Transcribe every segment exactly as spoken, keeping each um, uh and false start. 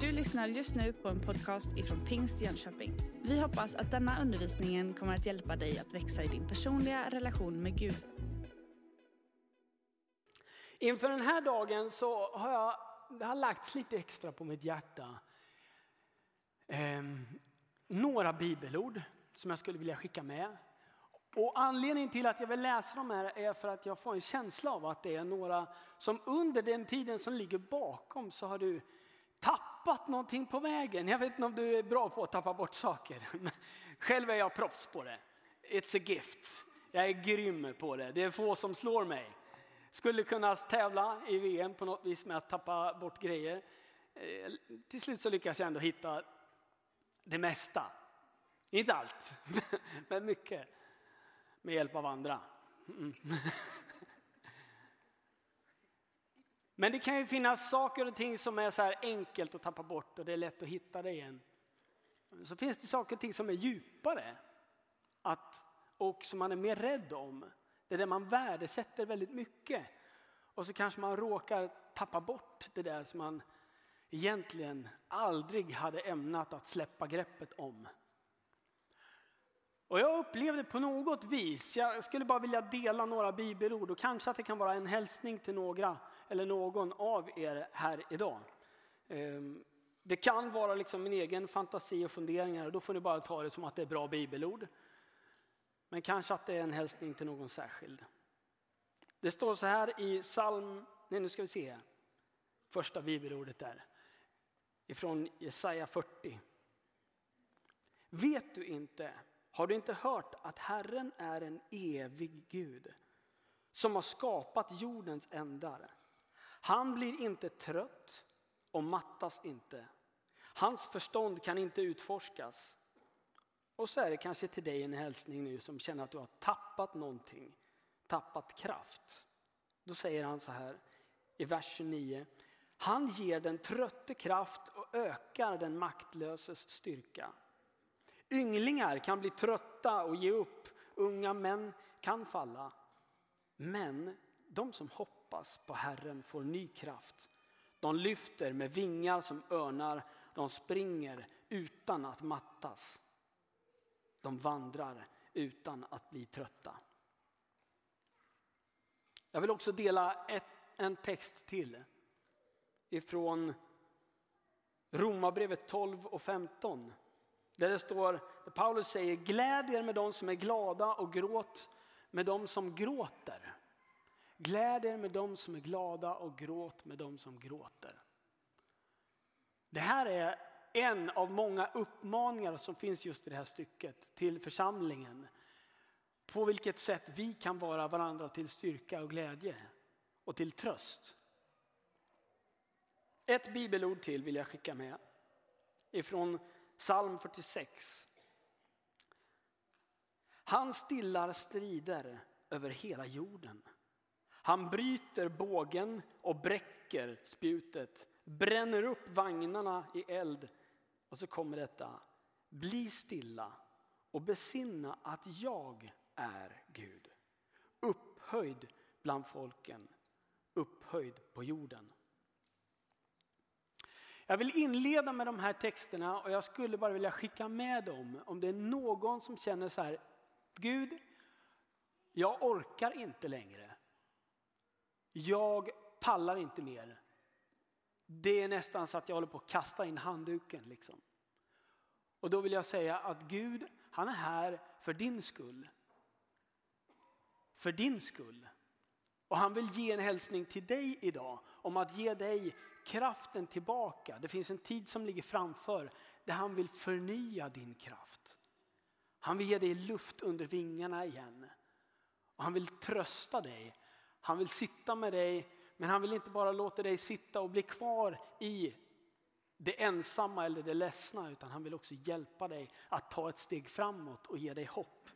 Du lyssnar just nu på en podcast ifrån Pingst Jönköping. Vi hoppas att denna undervisning kommer att hjälpa dig att växa i din personliga relation med Gud. Inför den här dagen så har jag, det har lagts lite extra på mitt hjärta. Eh, några bibelord som jag skulle vilja skicka med. Och anledningen till att jag vill läsa dem här är för att jag får en känsla av att det är några som under den tiden som ligger bakom så har du tappat någonting på vägen. Jag vet inte om du är bra på att tappa bort saker. Själv är jag proffs på det. It's a gift. Jag är grym på det. Det är få som slår mig. Skulle kunna tävla i V M på något vis med att tappa bort grejer. Till slut så lyckas jag ändå hitta det mesta. Inte allt, men mycket. Med hjälp av andra. Mm. Men det kan ju finnas saker och ting som är så här enkelt att tappa bort och det är lätt att hitta det igen. Så finns det saker och ting som är djupare att, och som man är mer rädd om. Det är det man värdesätter väldigt mycket. Och så kanske man råkar tappa bort det där som man egentligen aldrig hade ämnat att släppa greppet om. Och jag upplevde på något vis, jag skulle bara vilja dela några bibelord och kanske att det kan vara en hälsning till några eller någon av er här idag. Det kan vara liksom min egen fantasi och funderingar och då får ni bara ta det som att det är bra bibelord. Men kanske att det är en hälsning till någon särskild. Det står så här i psalm, nej nu ska vi se, första bibelordet där. Ifrån Jesaja fyrtio. Vet du inte, har du inte hört att Herren är en evig Gud som har skapat jordens ändar? Han blir inte trött och mattas inte. Hans förstånd kan inte utforskas. Och så är det kanske till dig en hälsning nu som känner att du har tappat någonting. Tappat kraft. Då säger han så här i vers tjugonio. Han ger den trötte kraft och ökar den maktlöses styrka. Ynglingar kan bli trötta och ge upp. Unga män kan falla. Men de som hoppas på Herren får ny kraft. De lyfter med vingar som örnar. De springer utan att mattas. De vandrar utan att bli trötta. Jag vill också dela ett, en text till. Ifrån Romarbrevet tolv och femton. Där det står, där Paulus säger, gläd er med de som är glada och gråt med de som gråter. Gläd er med de som är glada och gråt med de som gråter. Det här är en av många uppmaningar som finns just i det här stycket till församlingen. På vilket sätt vi kan vara varandra till styrka och glädje och till tröst. Ett bibelord till vill jag skicka med. Ifrån psalm fyrtiosex. Han stillar strider över hela jorden. Han bryter bågen och bräcker spjutet. Bränner upp vagnarna i eld. Och så kommer detta. Bli stilla och besinna att jag är Gud. Upphöjd bland folken. Upphöjd på jorden. Jag vill inleda med de här texterna och jag skulle bara vilja skicka med dem. Om det är någon som känner så här. Gud, jag orkar inte längre. Jag pallar inte mer. Det är nästan så att jag håller på att kasta in handduken liksom. Och då vill jag säga att Gud, han är här för din skull. För din skull. Och han vill ge en hälsning till dig idag om att ge dig kraften tillbaka. Det finns en tid som ligger framför där han vill förnya din kraft. Han vill ge dig luft under vingarna igen. Och han vill trösta dig. Han vill sitta med dig, men han vill inte bara låta dig sitta och bli kvar i det ensamma eller det ledsna, utan han vill också hjälpa dig att ta ett steg framåt och ge dig hopp.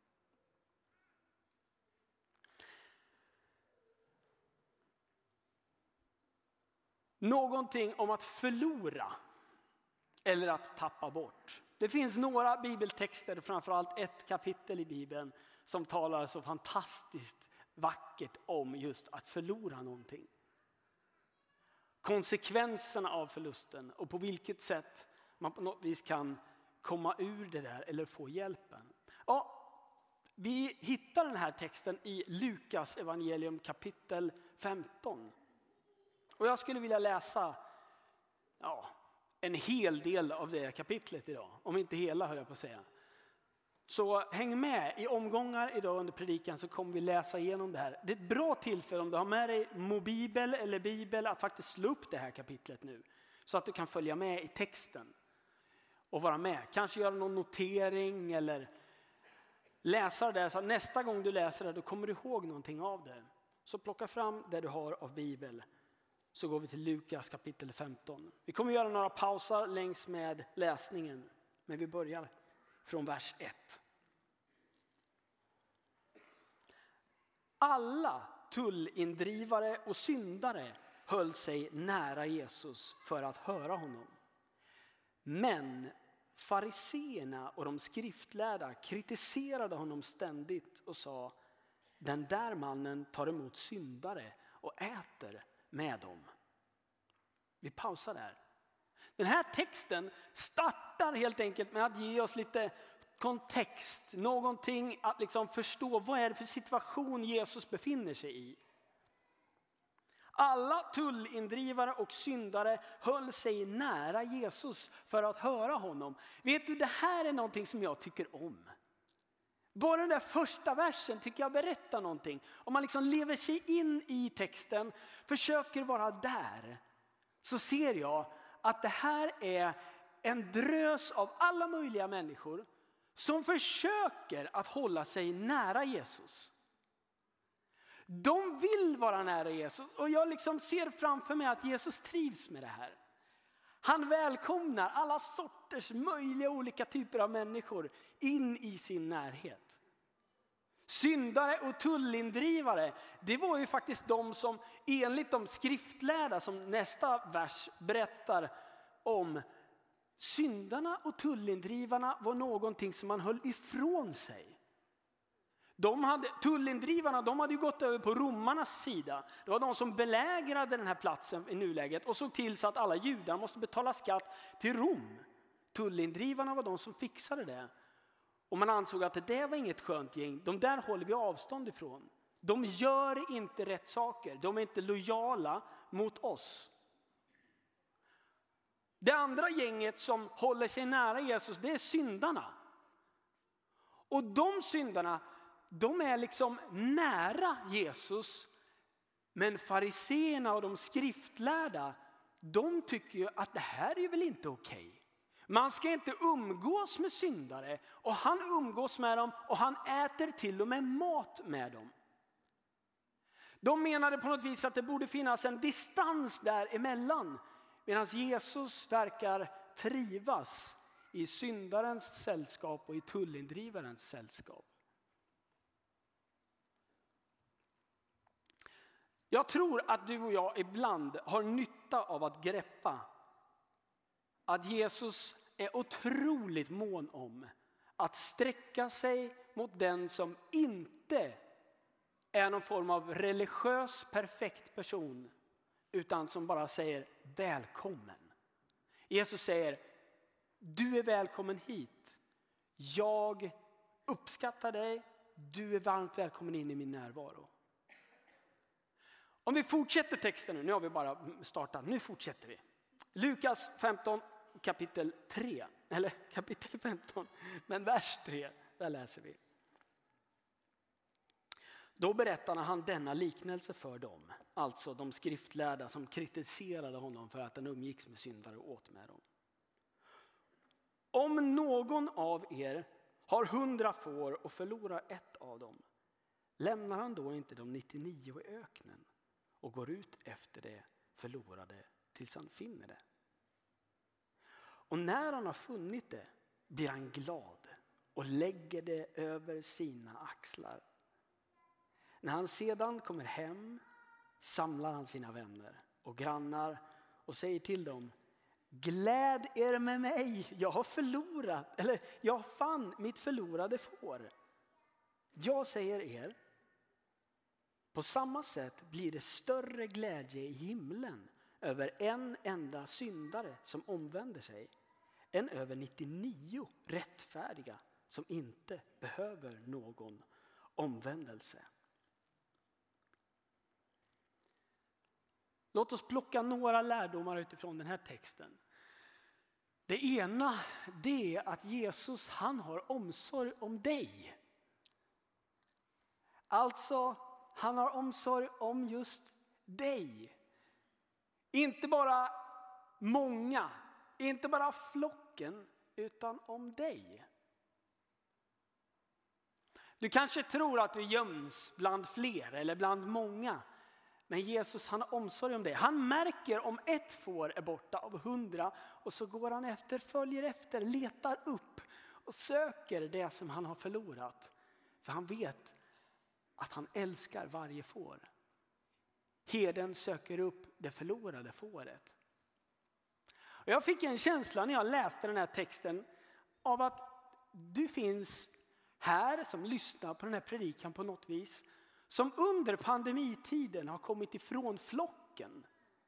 Någonting om att förlora eller att tappa bort. Det finns några bibeltexter, framförallt ett kapitel i Bibeln som talar så fantastiskt vackert om just att förlora någonting. konsekvenserna av förlusten och på vilket sätt man på något vis kan komma ur det där eller få hjälpen. Ja, vi hittar den här texten i Lukas evangelium kapitel femton. Och jag skulle vilja läsa ja, en hel del av det kapitlet idag. Om inte hela, höll jag på att säga. Så häng med i omgångar idag under predikan, så kommer vi läsa igenom det här. Det är ett bra tillfälle om du har med dig mobibel eller bibel att faktiskt slå upp det här kapitlet nu. Så att du kan följa med i texten och vara med. Kanske göra någon notering eller läsa det. Så nästa gång du läser det, då kommer du ihåg någonting av det. Så plocka fram det du har av bibel. Så går vi till Lukas kapitel femton. Vi kommer göra några pauser längs med läsningen. Men vi börjar från vers ett. Alla tullindrivare och syndare höll sig nära Jesus för att höra honom. Men fariseerna och de skriftlärda kritiserade honom ständigt och sa: den där mannen tar emot syndare och äter med dem. Vi pausar där. Den här texten startar helt enkelt med att ge oss lite kontext. Någonting att liksom förstå vad är det för situation Jesus befinner sig i. Alla tullindrivare och syndare höll sig nära Jesus för att höra honom. Vet du, det här är någonting som jag tycker om. Bara den där första versen tycker jag berättar någonting. Om man liksom lever sig in i texten, försöker vara där, så ser jag att det här är en drös av alla möjliga människor som försöker att hålla sig nära Jesus. De vill vara nära Jesus, och jag liksom ser framför mig att Jesus trivs med det här. Han välkomnar alla sorters möjliga olika typer av människor in i sin närhet. Syndare och tullindrivare, det var ju faktiskt de som enligt de skriftlärda, som nästa vers berättar om, syndarna och tullindrivarna var någonting som man höll ifrån sig. De hade, tullindrivarna, de hade ju gått över på romarnas sida. Det var de som belägrade den här platsen i nuläget och såg till så att alla judar måste betala skatt till Rom. Tullindrivarna var de som fixade det. Och man ansåg att det var inget skönt gäng. De där håller vi avstånd ifrån. De gör inte rätt saker. De är inte lojala mot oss. Det andra gänget som håller sig nära Jesus, det är syndarna. Och de syndarna, de är liksom nära Jesus. Men fariseerna och de skriftlärda, de tycker ju att det här är väl inte okej. Man ska inte umgås med syndare, och han umgås med dem och han äter till och med mat med dem. De menade på något vis att det borde finnas en distans däremellan, medan Jesus verkar trivas i syndarens sällskap och i tullindrivarens sällskap. Jag tror att du och jag ibland har nytta av att greppa att Jesus är otroligt mån om att sträcka sig mot den som inte är någon form av religiös perfekt person, utan som bara säger välkommen. Jesus säger: du är välkommen hit. Jag uppskattar dig. Du är varmt välkommen in i min närvaro. Om vi fortsätter texten nu, nu har vi bara startat, nu fortsätter vi. Lukas femton kapitel tre, eller kapitel femton, men vers tre, där läser vi. Då berättade han denna liknelse för dem, alltså de skriftlärda som kritiserade honom för att han umgicks med syndare och åt med dem. Om någon av er har hundra får och förlorar ett av dem, lämnar han då inte de nittionio i öknen och går ut efter det förlorade tills han finner det? Och när han har funnit det blir han glad och lägger det över sina axlar. När han sedan kommer hem samlar han sina vänner och grannar och säger till dem: gläd er med mig, jag har förlorat, eller jag fann mitt förlorade får. Jag säger er, på samma sätt blir det större glädje i himlen över en enda syndare som omvänder sig än över nittionio rättfärdiga som inte behöver någon omvändelse. Låt oss plocka några lärdomar utifrån den här texten. Det ena, det är att Jesus, han har omsorg om dig. Alltså, han har omsorg om just dig. Inte bara många, inte bara flocken, utan om dig. Du kanske tror att du göms bland fler eller bland många. Men Jesus, han har omsorg om dig. Han märker om ett får är borta av hundra. Och så går han efter, följer efter, letar upp och söker det som han har förlorat. För han vet att han älskar varje får. Herden söker upp det förlorade fåret. Och jag fick en känsla när jag läste den här texten av att du finns här som lyssnar på den här predikan på något vis. Som under pandemitiden har kommit ifrån flocken.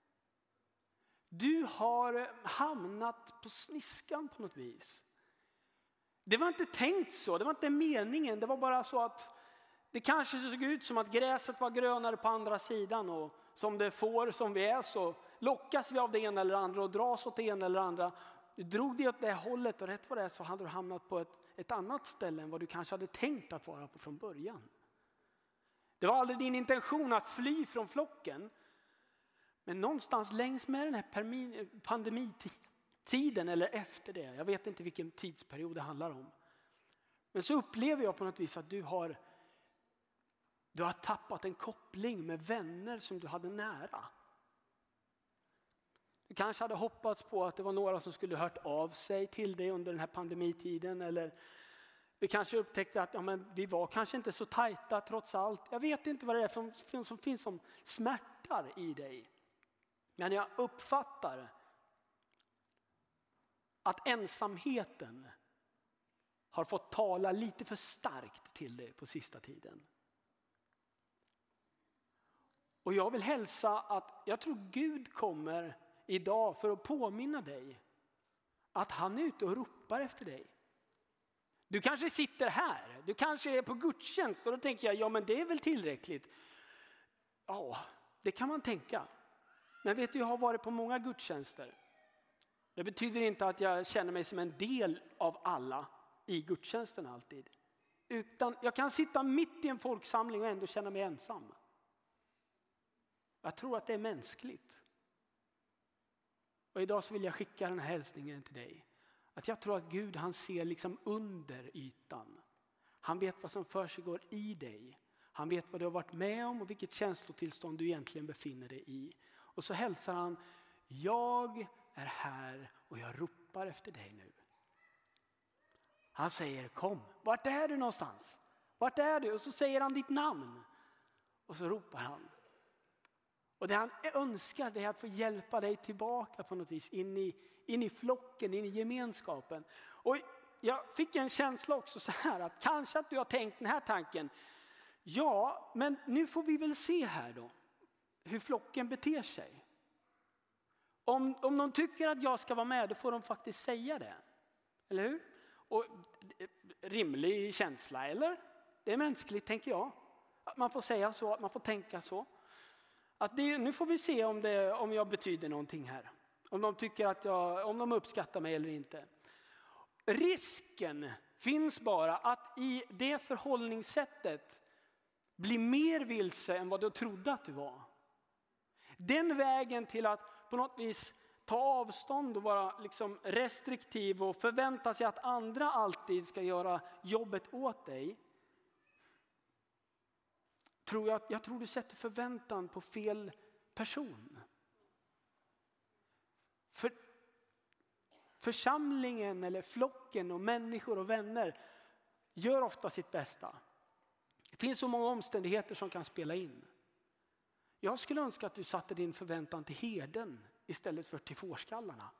Du har hamnat på sniskan på något vis. Det var inte tänkt så, det var inte meningen. Det var bara så att det kanske såg ut som att gräset var grönare på andra sidan. Och som det får som vi är så lockas vi av det ena eller andra och dras åt det ena eller andra. Du drog dig åt det hållet och rätt vad det är så hade du hamnat på ett, ett annat ställe än vad du kanske hade tänkt att vara på från början. Det var aldrig din intention att fly från flocken. Men någonstans längs med den här pandemitiden eller efter det. Jag vet inte vilken tidsperiod det handlar om. Men så upplever jag på något vis att du har, du har tappat en koppling med vänner som du hade nära. Du kanske hade hoppats på att det var några som skulle hört av sig till dig under den här pandemitiden. Eller vi kanske upptäckte att ja, men vi var kanske inte så tajta trots allt. Jag vet inte vad det är som, som, som finns som smärtar i dig. Men jag uppfattar att ensamheten har fått tala lite för starkt till dig på sista tiden. Och jag vill hälsa att jag tror Gud kommer idag för att påminna dig att han är ute och ropar efter dig. Du kanske sitter här, du kanske är på gudstjänst och då tänker jag, ja men det är väl tillräckligt. Ja, det kan man tänka. Men vet du, jag har varit på många gudstjänster. Det betyder inte att jag känner mig som en del av alla i gudstjänsten alltid. Utan jag kan sitta mitt i en folksamling och ändå känna mig ensam. Jag tror att det är mänskligt. Och idag så vill jag skicka den här hälsningen till dig. Att jag tror att Gud, han ser liksom under ytan. Han vet vad som försiggår i dig. Han vet vad du har varit med om och vilket känslotillstånd du egentligen befinner dig i. Och så hälsar han, jag är här och jag ropar efter dig nu. Han säger, kom, vart är du någonstans? Vart är du? Och så säger han ditt namn. Och så ropar han. Och det han önskar det är att få hjälpa dig tillbaka på något vis in i, in i flocken, in i gemenskapen. Och jag fick en känsla också så här att kanske att du har tänkt den här tanken. Ja, men nu får vi väl se här då hur flocken beter sig. Om, om de tycker att jag ska vara med, då får de faktiskt säga det. Eller hur? Och rimlig känsla, eller? Det är mänskligt, tänker jag. Att man får säga så, att man får tänka så. Att det, nu får vi se om, det, om jag betyder någonting här. Om de tycker att jag, om de uppskattar mig eller inte. Risken finns bara att i det förhållningssättet bli mer vilse än vad du trodde att du var. Den vägen till att på något vis ta avstånd och vara liksom restriktiv och förvänta sig att andra alltid ska göra jobbet åt dig. Tror jag, jag tror du sätter förväntan på fel person. För församlingen eller flocken och människor och vänner gör ofta sitt bästa. Det finns så många omständigheter som kan spela in. Jag skulle önska att du satte din förväntan till herden istället för till fårskallarna.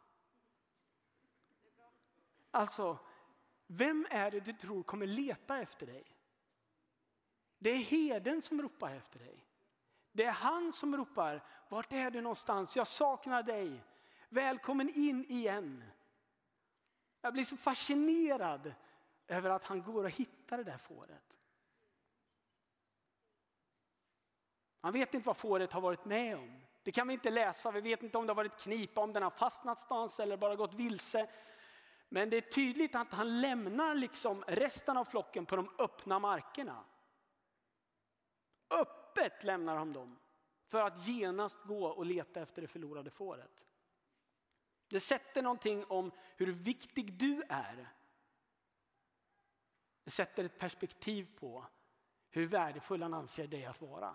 Alltså, vem är det du tror kommer leta efter dig? Det är herden som ropar efter dig. Det är han som ropar, vart är du någonstans? Jag saknar dig. Välkommen in igen. Jag blir så fascinerad över att han går och hittar det där fåret. Han vet inte vad fåret har varit med om. Det kan vi inte läsa. Vi vet inte om det har varit knipa, om den har fastnat någonstans eller bara gått vilse. Men det är tydligt att han lämnar liksom resten av flocken på de öppna markerna. Öppet lämnar han dem för att genast gå och leta efter det förlorade fåret. Det sätter någonting om hur viktig du är. Det sätter ett perspektiv på hur värdefull han anser dig att vara.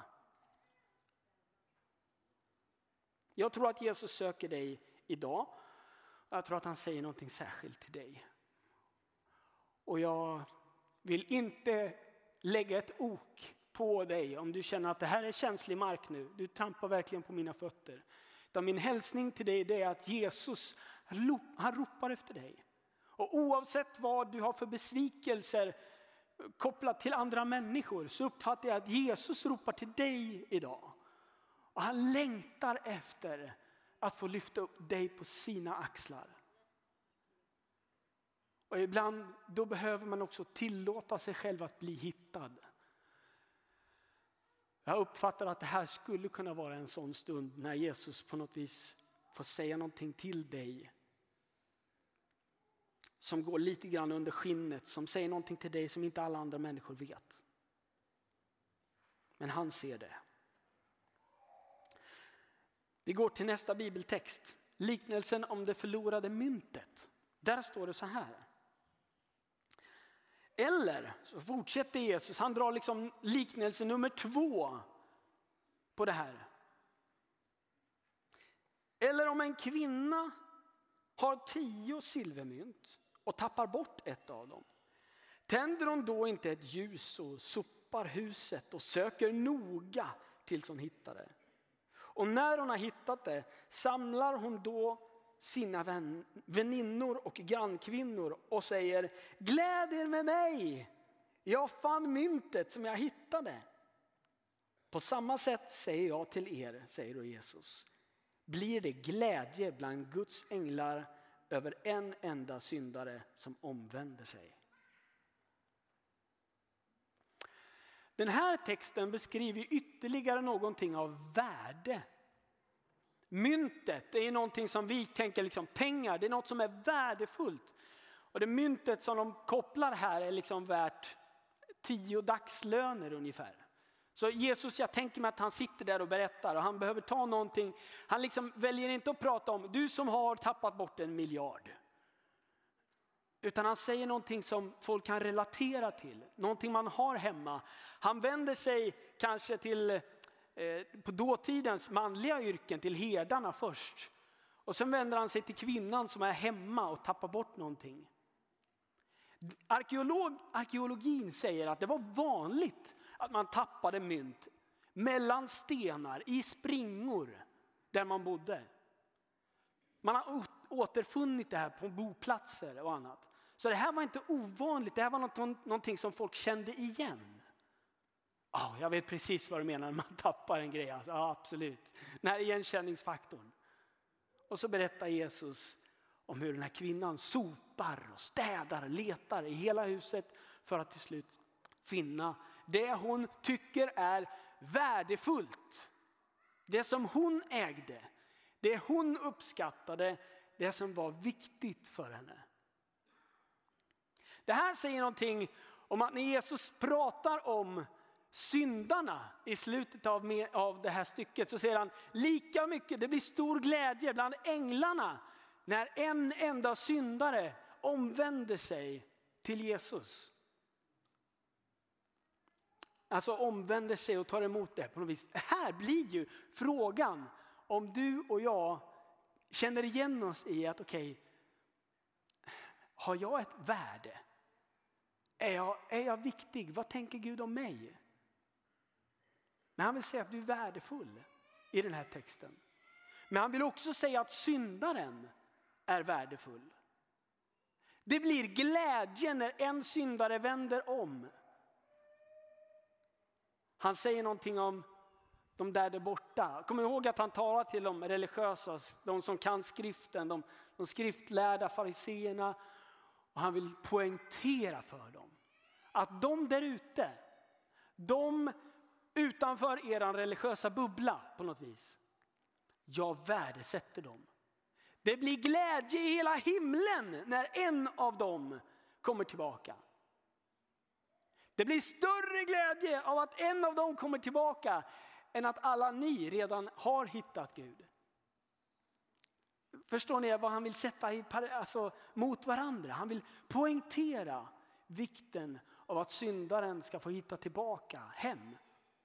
Jag tror att Jesus söker dig idag. Jag tror att han säger någonting särskilt till dig. Och jag vill inte lägga ett ok på dig om du känner att det här är känslig mark nu. Du trampar verkligen på mina fötter. Utan min hälsning till dig är att Jesus, han ropar efter dig. Och oavsett vad du har för besvikelser kopplat till andra människor, så uppfattar jag att Jesus ropar till dig idag. Och han längtar efter att få lyfta upp dig på sina axlar. Och ibland då behöver man också tillåta sig själv att bli hittad. Jag uppfattar att det här skulle kunna vara en sån stund när Jesus på något vis får säga någonting till dig. Som går lite grann under skinnet, som säger någonting till dig som inte alla andra människor vet. Men han ser det. Vi går till nästa bibeltext. Liknelsen om det förlorade myntet. Där står det så här. Eller så fortsätter Jesus. Han drar liksom liknelse nummer två på det här. Eller om en kvinna har tio silvermynt och tappar bort ett av dem. Tänder hon då inte ett ljus och sopar huset och söker noga tills hon hittar det. Och när hon har hittat det samlar hon då sina vän, väninnor och grannkvinnor och säger: gläd er med mig, jag fann myntet som jag hittade. På samma sätt säger jag till er, säger då Jesus, blir det glädje bland Guds änglar över en enda syndare som omvänder sig. Den här texten beskriver ytterligare någonting av värde. Myntet är någonting som vi tänker liksom pengar. Det är något som är värdefullt. Och det myntet som de kopplar här är liksom värt tio dagslöner ungefär. Så Jesus, jag tänker mig att han sitter där och berättar och han behöver ta någonting. Han liksom väljer inte att prata om du som har tappat bort en miljard. Utan han säger någonting som folk kan relatera till. Någonting man har hemma. Han vänder sig kanske till eh, på dåtidens manliga yrken, till herdarna först. Och sen vänder han sig till kvinnan som är hemma och tappar bort någonting. Arkeolog, arkeologin säger att det var vanligt att man tappade mynt mellan stenar, i springor där man bodde. Man har återfunnit det här på boplatser och annat. Så det här var inte ovanligt, det här var något, någonting som folk kände igen. Oh, jag vet precis vad du menar när man tappar en grej. Alltså, ja, absolut. Den här igenkänningsfaktorn. Och så berättar Jesus om hur den här kvinnan sopar och städar, letar i hela huset för att till slut finna det hon tycker är värdefullt. Det som hon ägde, det hon uppskattade, det som var viktigt för henne. Det här säger någonting om att när Jesus pratar om syndarna i slutet av, med, av det här stycket, så säger han lika mycket, det blir stor glädje bland änglarna när en enda syndare omvänder sig till Jesus. Alltså omvänder sig och tar emot det på något vis. Här blir ju frågan om du och jag känner igen oss i att okej, okay, har jag ett värde? Är jag, är jag viktig? Vad tänker Gud om mig? Men han vill säga att du är värdefull i den här texten. Men han vill också säga att syndaren är värdefull. Det blir glädje när en syndare vänder om. Han säger någonting om De där där borta. Kom ihåg att han talar till de religiösa, de som kan skriften, de, de skriftlärda fariseerna. Och han vill poängtera för dem att de där ute, de utanför er religiösa bubbla på något vis, jag värdesätter dem. Det blir glädje i hela himlen när en av dem kommer tillbaka. Det blir större glädje av att en av dem kommer tillbaka än att alla ni redan har hittat Gud. Förstår ni vad han vill sätta i, alltså, mot varandra? Han vill poängtera vikten av att syndaren ska få hitta tillbaka hem.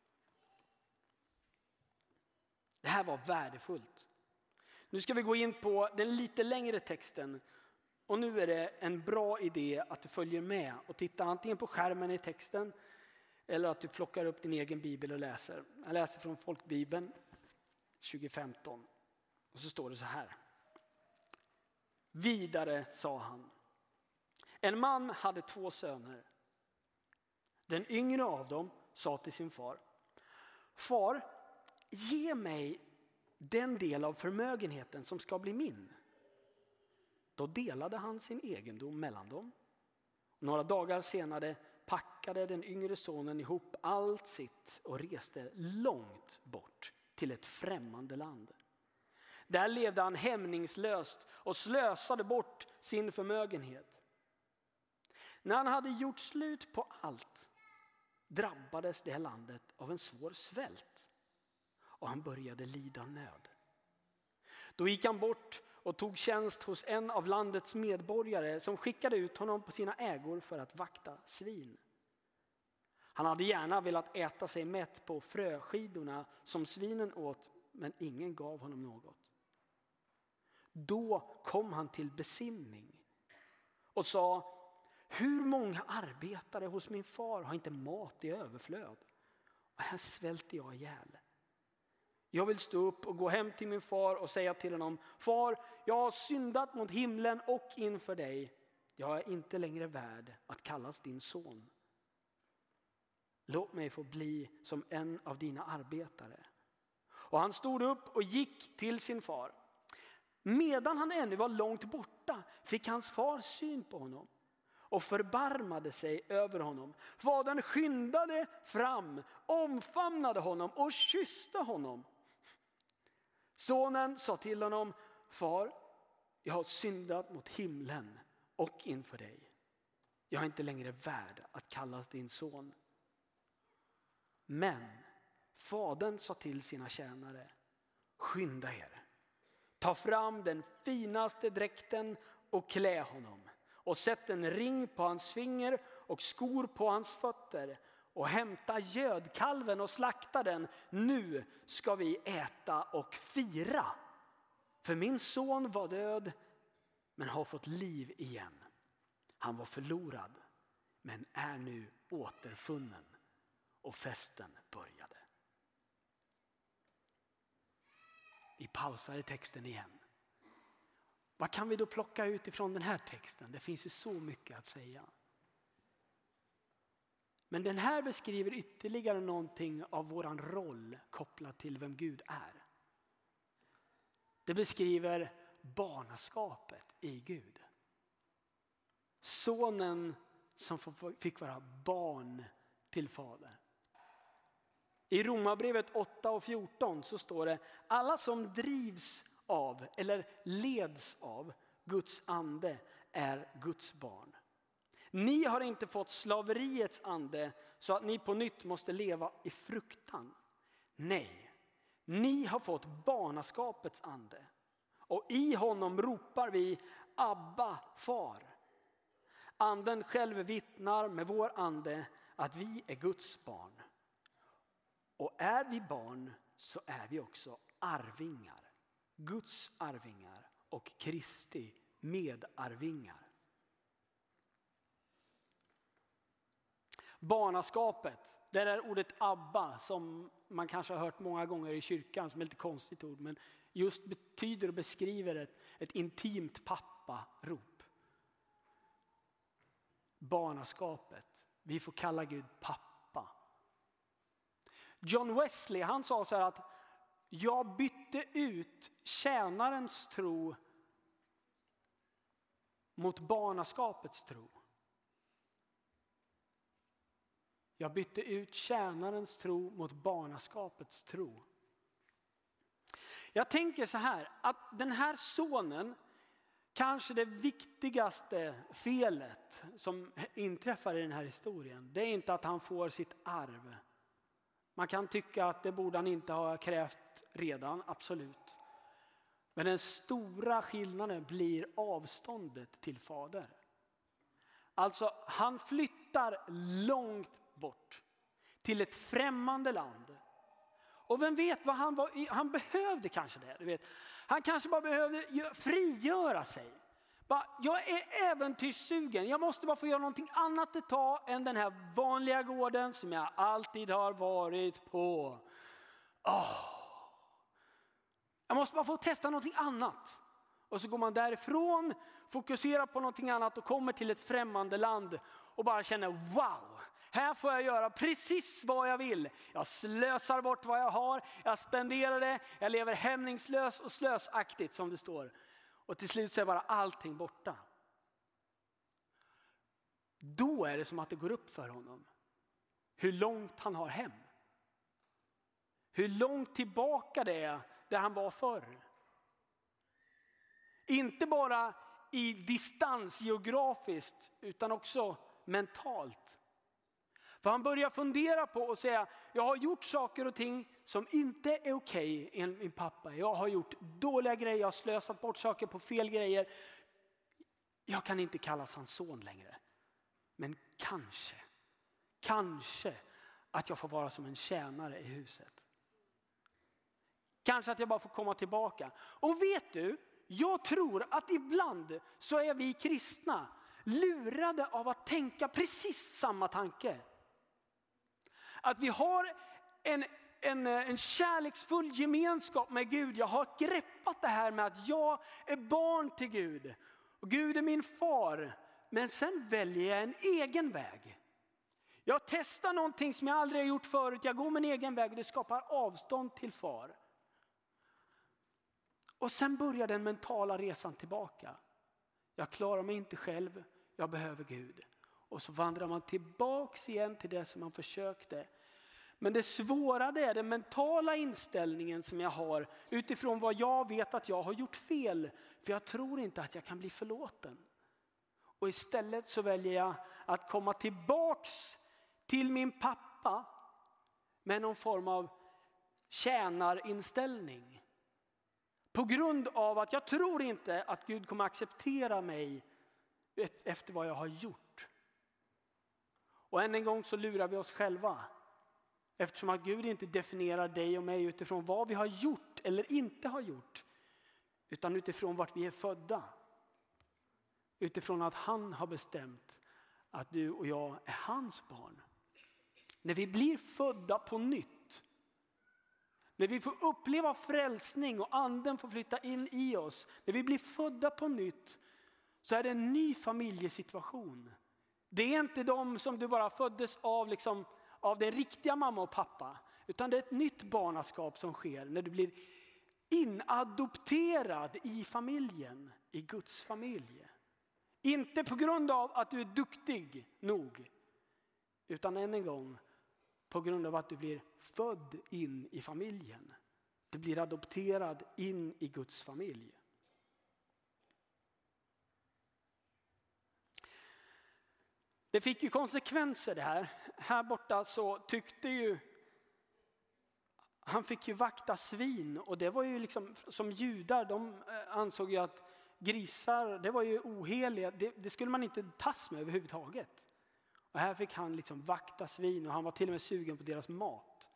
Det här var värdefullt. Nu ska vi gå in på den lite längre texten. Och nu är det en bra idé att du följer med och tittar antingen på skärmen i texten eller att du plockar upp din egen bibel och läser. Jag läser från Folkbibeln tjugo femton. Och så står det så här. Vidare sa han. En man hade två söner. Den yngre av dem sa till sin far. Far, ge mig den del av förmögenheten som ska bli min. Då delade han sin egendom mellan dem. Några dagar senare packade den yngre sonen ihop allt sitt och reste långt bort till ett främmande land. Där levde han hämningslöst och slösade bort sin förmögenhet. När han hade gjort slut på allt drabbades det här landet av en svår svält och han började lida nöd. Då gick han bort och tog tjänst hos en av landets medborgare som skickade ut honom på sina ägor för att vakta svin. Han hade gärna velat äta sig mätt på fröskidorna som svinen åt, men ingen gav honom något. Då kom han till besinning och sa, hur många arbetare hos min far har inte mat i överflöd? Och här svälter jag ihjäl. Jag vill stå upp och gå hem till min far och säga till honom, far, jag har syndat mot himlen och inför dig. Jag är inte längre värd att kallas din son. Låt mig få bli som en av dina arbetare. Och han stod upp och gick till sin far. Medan han ännu var långt borta fick hans far syn på honom och förbarmade sig över honom. Fadern skyndade fram, omfamnade honom och kysste honom. Sonen sa till honom, far, jag har syndat mot himlen och inför dig. Jag är inte längre värd att kallas din son. Men fadern sa till sina tjänare, skynda er. Ta fram den finaste dräkten och klä honom. Och sätt en ring på hans finger och skor på hans fötter. Och hämta gödkalven och slakta den. Nu ska vi äta och fira. För min son var död men har fått liv igen. Han var förlorad men är nu återfunnen. Och festen började. Vi pausar i texten igen. Vad kan vi då plocka ut ifrån den här texten? Det finns ju så mycket att säga. Men den här beskriver ytterligare någonting av våran roll kopplat till vem Gud är. Det beskriver barnaskapet i Gud. Sonen som fick vara barn till fader. I Romarbrevet åtta och fjorton så står det, alla som drivs av eller leds av Guds ande är Guds barn. Ni har inte fått slaveriets ande så att ni på nytt måste leva i fruktan. Nej, ni har fått barnaskapets ande. Och i honom ropar vi, Abba, far. Anden själv vittnar med vår ande att vi är Guds barn. Och är vi barn så är vi också arvingar. Guds arvingar och Kristi medarvingar. Barnaskapet, det är ordet Abba som man kanske har hört många gånger i kyrkan som är ett lite konstigt ord. Men just betyder och beskriver ett, ett intimt papparop. Barnaskapet, vi får kalla Gud pappa. John Wesley, han sa så här att jag bytte ut tjänarens tro mot barnaskapets tro. Jag bytte ut tjänarens tro mot barnaskapets tro. Jag tänker så här, att den här sonen, kanske det viktigaste felet som inträffar i den här historien, det är inte att han får sitt arv. Man kan tycka att det borde han inte ha krävt redan, absolut. Men den stora skillnaden blir avståndet till fader. Alltså han flyttar långt bort till ett främmande land. Och vem vet vad han var, han behövde kanske det, du vet. Han kanske bara behövde frigöra sig. Bara, jag är äventyrssugen, jag måste bara få göra någonting annat ett tag än den här vanliga gården som jag alltid har varit på. Oh. Jag måste bara få testa någonting annat. Och så går man därifrån, fokuserar på någonting annat och kommer till ett främmande land och bara känner wow. Här får jag göra precis vad jag vill. Jag slösar bort vad jag har. Jag spenderar det. Jag lever hämningslöst och slösaktigt som det står. Och till slut så är bara allting borta. Då är det som att det går upp för honom. Hur långt han har hem. Hur långt tillbaka det är där han var förr. Inte bara i distans geografiskt utan också mentalt. För han börjar fundera på och säga, jag har gjort saker och ting som inte är okej enligt min pappa. Jag har gjort dåliga grejer, jag har slösat bort saker på fel grejer. Jag kan inte kallas hans son längre. Men kanske, kanske att jag får vara som en tjänare i huset. Kanske att jag bara får komma tillbaka. Och vet du, jag tror att ibland så är vi kristna lurade av att tänka precis samma tanke. Att vi har en, en, en kärleksfull gemenskap med Gud. Jag har greppat det här med att jag är barn till Gud. Och Gud är min far. Men sen väljer jag en egen väg. Jag testar någonting som jag aldrig har gjort förut. Jag går min egen väg och det skapar avstånd till far. Och sen börjar den mentala resan tillbaka. Jag klarar mig inte själv. Jag behöver Gud. Och så vandrar man tillbaks igen till det som man försökte. Men det svåra är den mentala inställningen som jag har utifrån vad jag vet att jag har gjort fel. För jag tror inte att jag kan bli förlåten. Och istället så väljer jag att komma tillbaks till min pappa med någon form av tjänarinställning. På grund av att jag tror inte att Gud kommer acceptera mig efter vad jag har gjort. Och än en gång så lurar vi oss själva. Eftersom att Gud inte definierar dig och mig utifrån vad vi har gjort eller inte har gjort. Utan utifrån vart vi är födda. Utifrån att han har bestämt att du och jag är hans barn. När vi blir födda på nytt. När vi får uppleva frälsning och anden får flytta in i oss. När vi blir födda på nytt så är det en ny familjesituation. Det är inte de som du bara föddes av, liksom, av den riktiga mamma och pappa. Utan det är ett nytt barnaskap som sker när du blir inadopterad i familjen, i Guds familj. Inte på grund av att du är duktig nog. Utan än en gång på grund av att du blir född in i familjen. Du blir adopterad in i Guds familj. Det fick ju konsekvenser det här. Här borta så tyckte ju han fick ju vakta svin och det var ju liksom som judar, de ansåg ju att grisar, det var ju oheliga, det, det skulle man inte tas med överhuvudtaget. Och här fick han liksom vakta svin och han var till och med sugen på deras mat.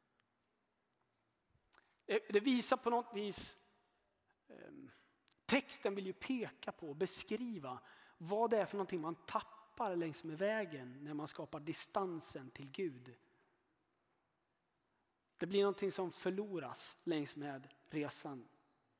Det, det visar på något vis, eh, texten vill ju peka på, beskriva vad det är för någonting man tappar längs med vägen när man skapar distansen till Gud. Det blir någonting som förloras längs med resan.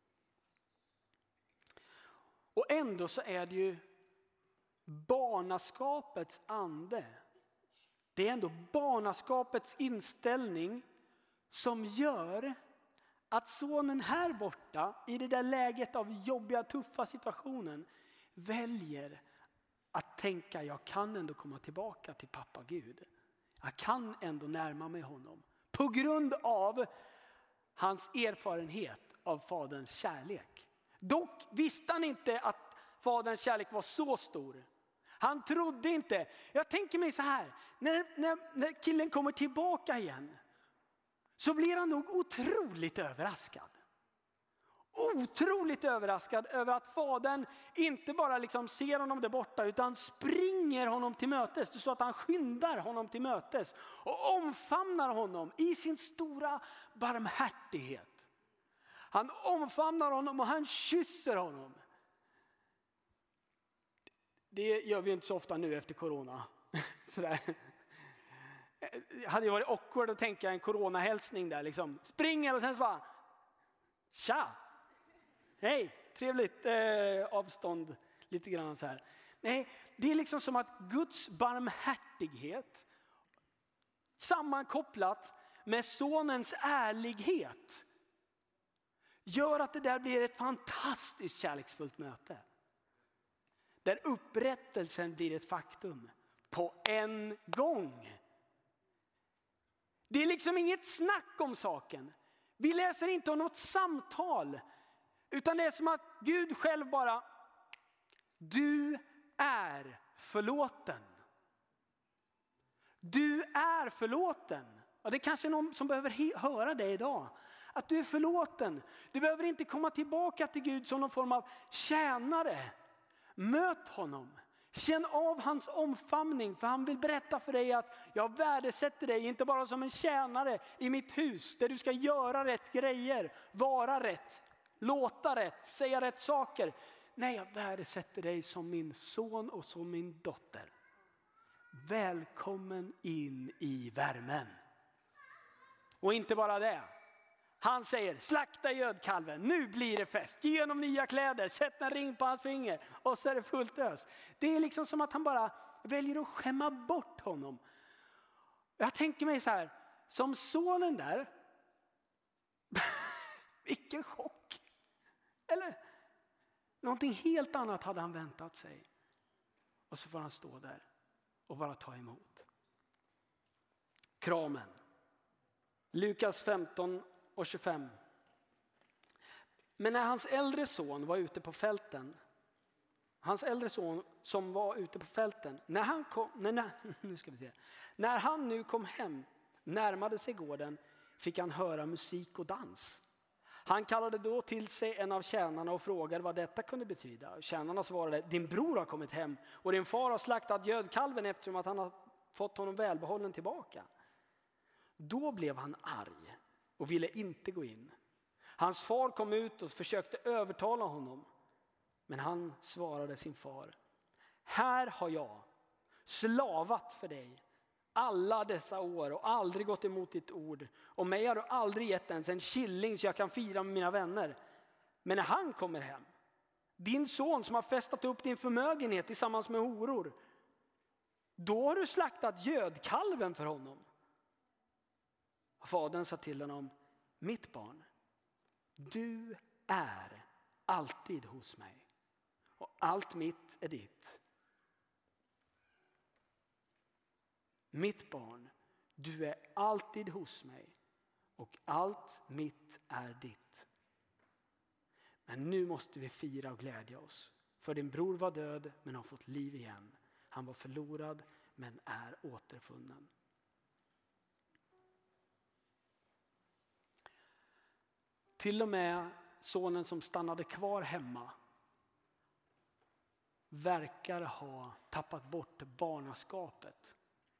Och ändå så är det ju barnaskapets ande. Det är ändå barnaskapets inställning som gör att sonen här borta i det där läget av jobbiga, tuffa situationen väljer att tänka, jag kan ändå komma tillbaka till pappa Gud. Jag kan ändå närma mig honom. På grund av hans erfarenhet av faderns kärlek. Dock visste han inte att faderns kärlek var så stor. Han trodde inte. Jag tänker mig så här. När, när, när killen kommer tillbaka igen. Så blir han nog otroligt överraskad. Otroligt överraskad över att fadern inte bara liksom ser honom där borta. Utan springer honom till mötes. Så att han skyndar honom till mötes. Och omfamnar honom i sin stora barmhärtighet. Han omfamnar honom och han kysser honom. Det gör vi inte så ofta nu efter corona. Sådär. Det hade ju varit awkward att tänka en coronahälsning där. Liksom. Springer och sen så bara, tja, hej, trevligt eh, avstånd. Lite grann så här. Nej, det är liksom som att Guds barmhärtighet sammankopplat med sonens ärlighet gör att det där blir ett fantastiskt kärleksfullt möte. Där upprättelsen blir ett faktum på en gång. Det är liksom inget snack om saken. Vi läser inte om något samtal. Utan det är som att Gud själv bara, du är förlåten. Du är förlåten. Och det är kanske någon som behöver he- höra det idag. Att du är förlåten. Du behöver inte komma tillbaka till Gud som någon form av tjänare. Möt honom. Känn av hans omfamning. För han vill berätta för dig att jag värdesätter dig inte bara som en tjänare i mitt hus. Där du ska göra rätt grejer. Vara rätt. Låta rätt. Säga rätt saker. Nej, jag värdesätter dig som min son och som min dotter. Välkommen in i värmen. Och inte bara det. Han säger, slakta gödkalven, nu blir det fest. Ge honom nya kläder, sätt en ring på hans finger. Och så är det fullt ös. Det är liksom som att han bara väljer att skämma bort honom. Jag tänker mig så här, som sonen där. Vilken chock. Eller någonting helt annat hade han väntat sig. Och så får han stå där och bara ta emot. Kramen. Lukas femton och tjugofem. Men när hans äldre son var ute på fälten. Hans äldre son som var ute på fälten. När han, kom, när, när, nu ska vi se, när han nu kom hem, närmade sig gården, fick han höra musik och dans. Han kallade då till sig en av tjänarna och frågade vad detta kunde betyda. Tjänarna svarade, din bror har kommit hem och din far har slaktat gödkalven eftersom att han har fått honom välbehållen tillbaka. Då blev han arg och ville inte gå in. Hans far kom ut och försökte övertala honom. Men han svarade sin far, här har jag slavat för dig alla dessa år och aldrig gått emot ditt ord. Och mig har du aldrig gett ens en killing så jag kan fira med mina vänner. Men när han kommer hem, din son som har festat upp din förmögenhet tillsammans med horor, då har du slaktat gödkalven för honom. Fadern sa till honom, mitt barn, du är alltid hos mig och allt mitt är ditt. Mitt barn, du är alltid hos mig och allt mitt är ditt. Men nu måste vi fira och glädja oss. För din bror var död men har fått liv igen. Han var förlorad men är återfunnen. Till och med sonen som stannade kvar hemma verkar ha tappat bort barnaskapet.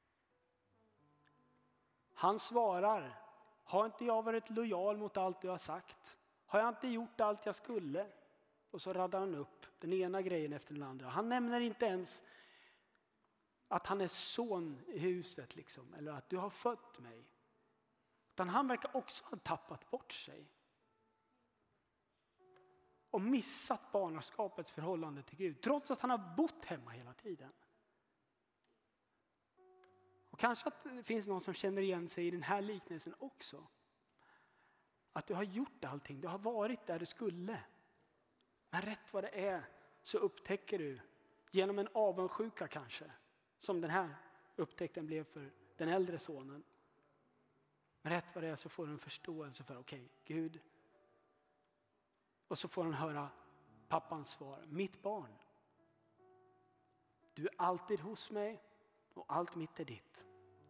Han svarar, har inte jag varit lojal mot allt du har sagt? Har jag inte gjort allt jag skulle? Och så raddar han upp den ena grejen efter den andra. Han nämner inte ens att han är son i huset liksom, eller att du har fött mig. Utan han verkar också ha tappat bort sig. Och missat barnaskapets förhållande till Gud. Trots att han har bott hemma hela tiden. Och kanske att det finns någon som känner igen sig i den här liknelsen också. Att du har gjort allting, du har varit där du skulle. Men rätt vad det är så upptäcker du, genom en avundsjuka kanske, som den här upptäckten blev för den äldre sonen. Men rätt vad det är så får du en förståelse för, okej, okay, Gud. Och så får han höra pappans svar, mitt barn. Du är alltid hos mig och allt mitt är ditt.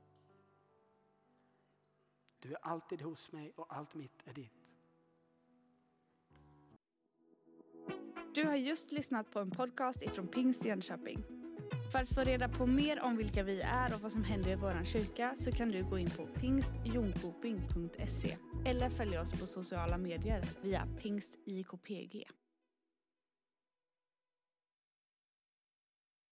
Du är alltid hos mig och allt mitt är ditt. Du har just lyssnat på en podcast ifrån Pingst Jönköping. För att få reda på mer om vilka vi är och vad som händer i vår kyrka så kan du gå in på pingst jonkoping punkt se eller följa oss på sociala medier via pingst I K P G.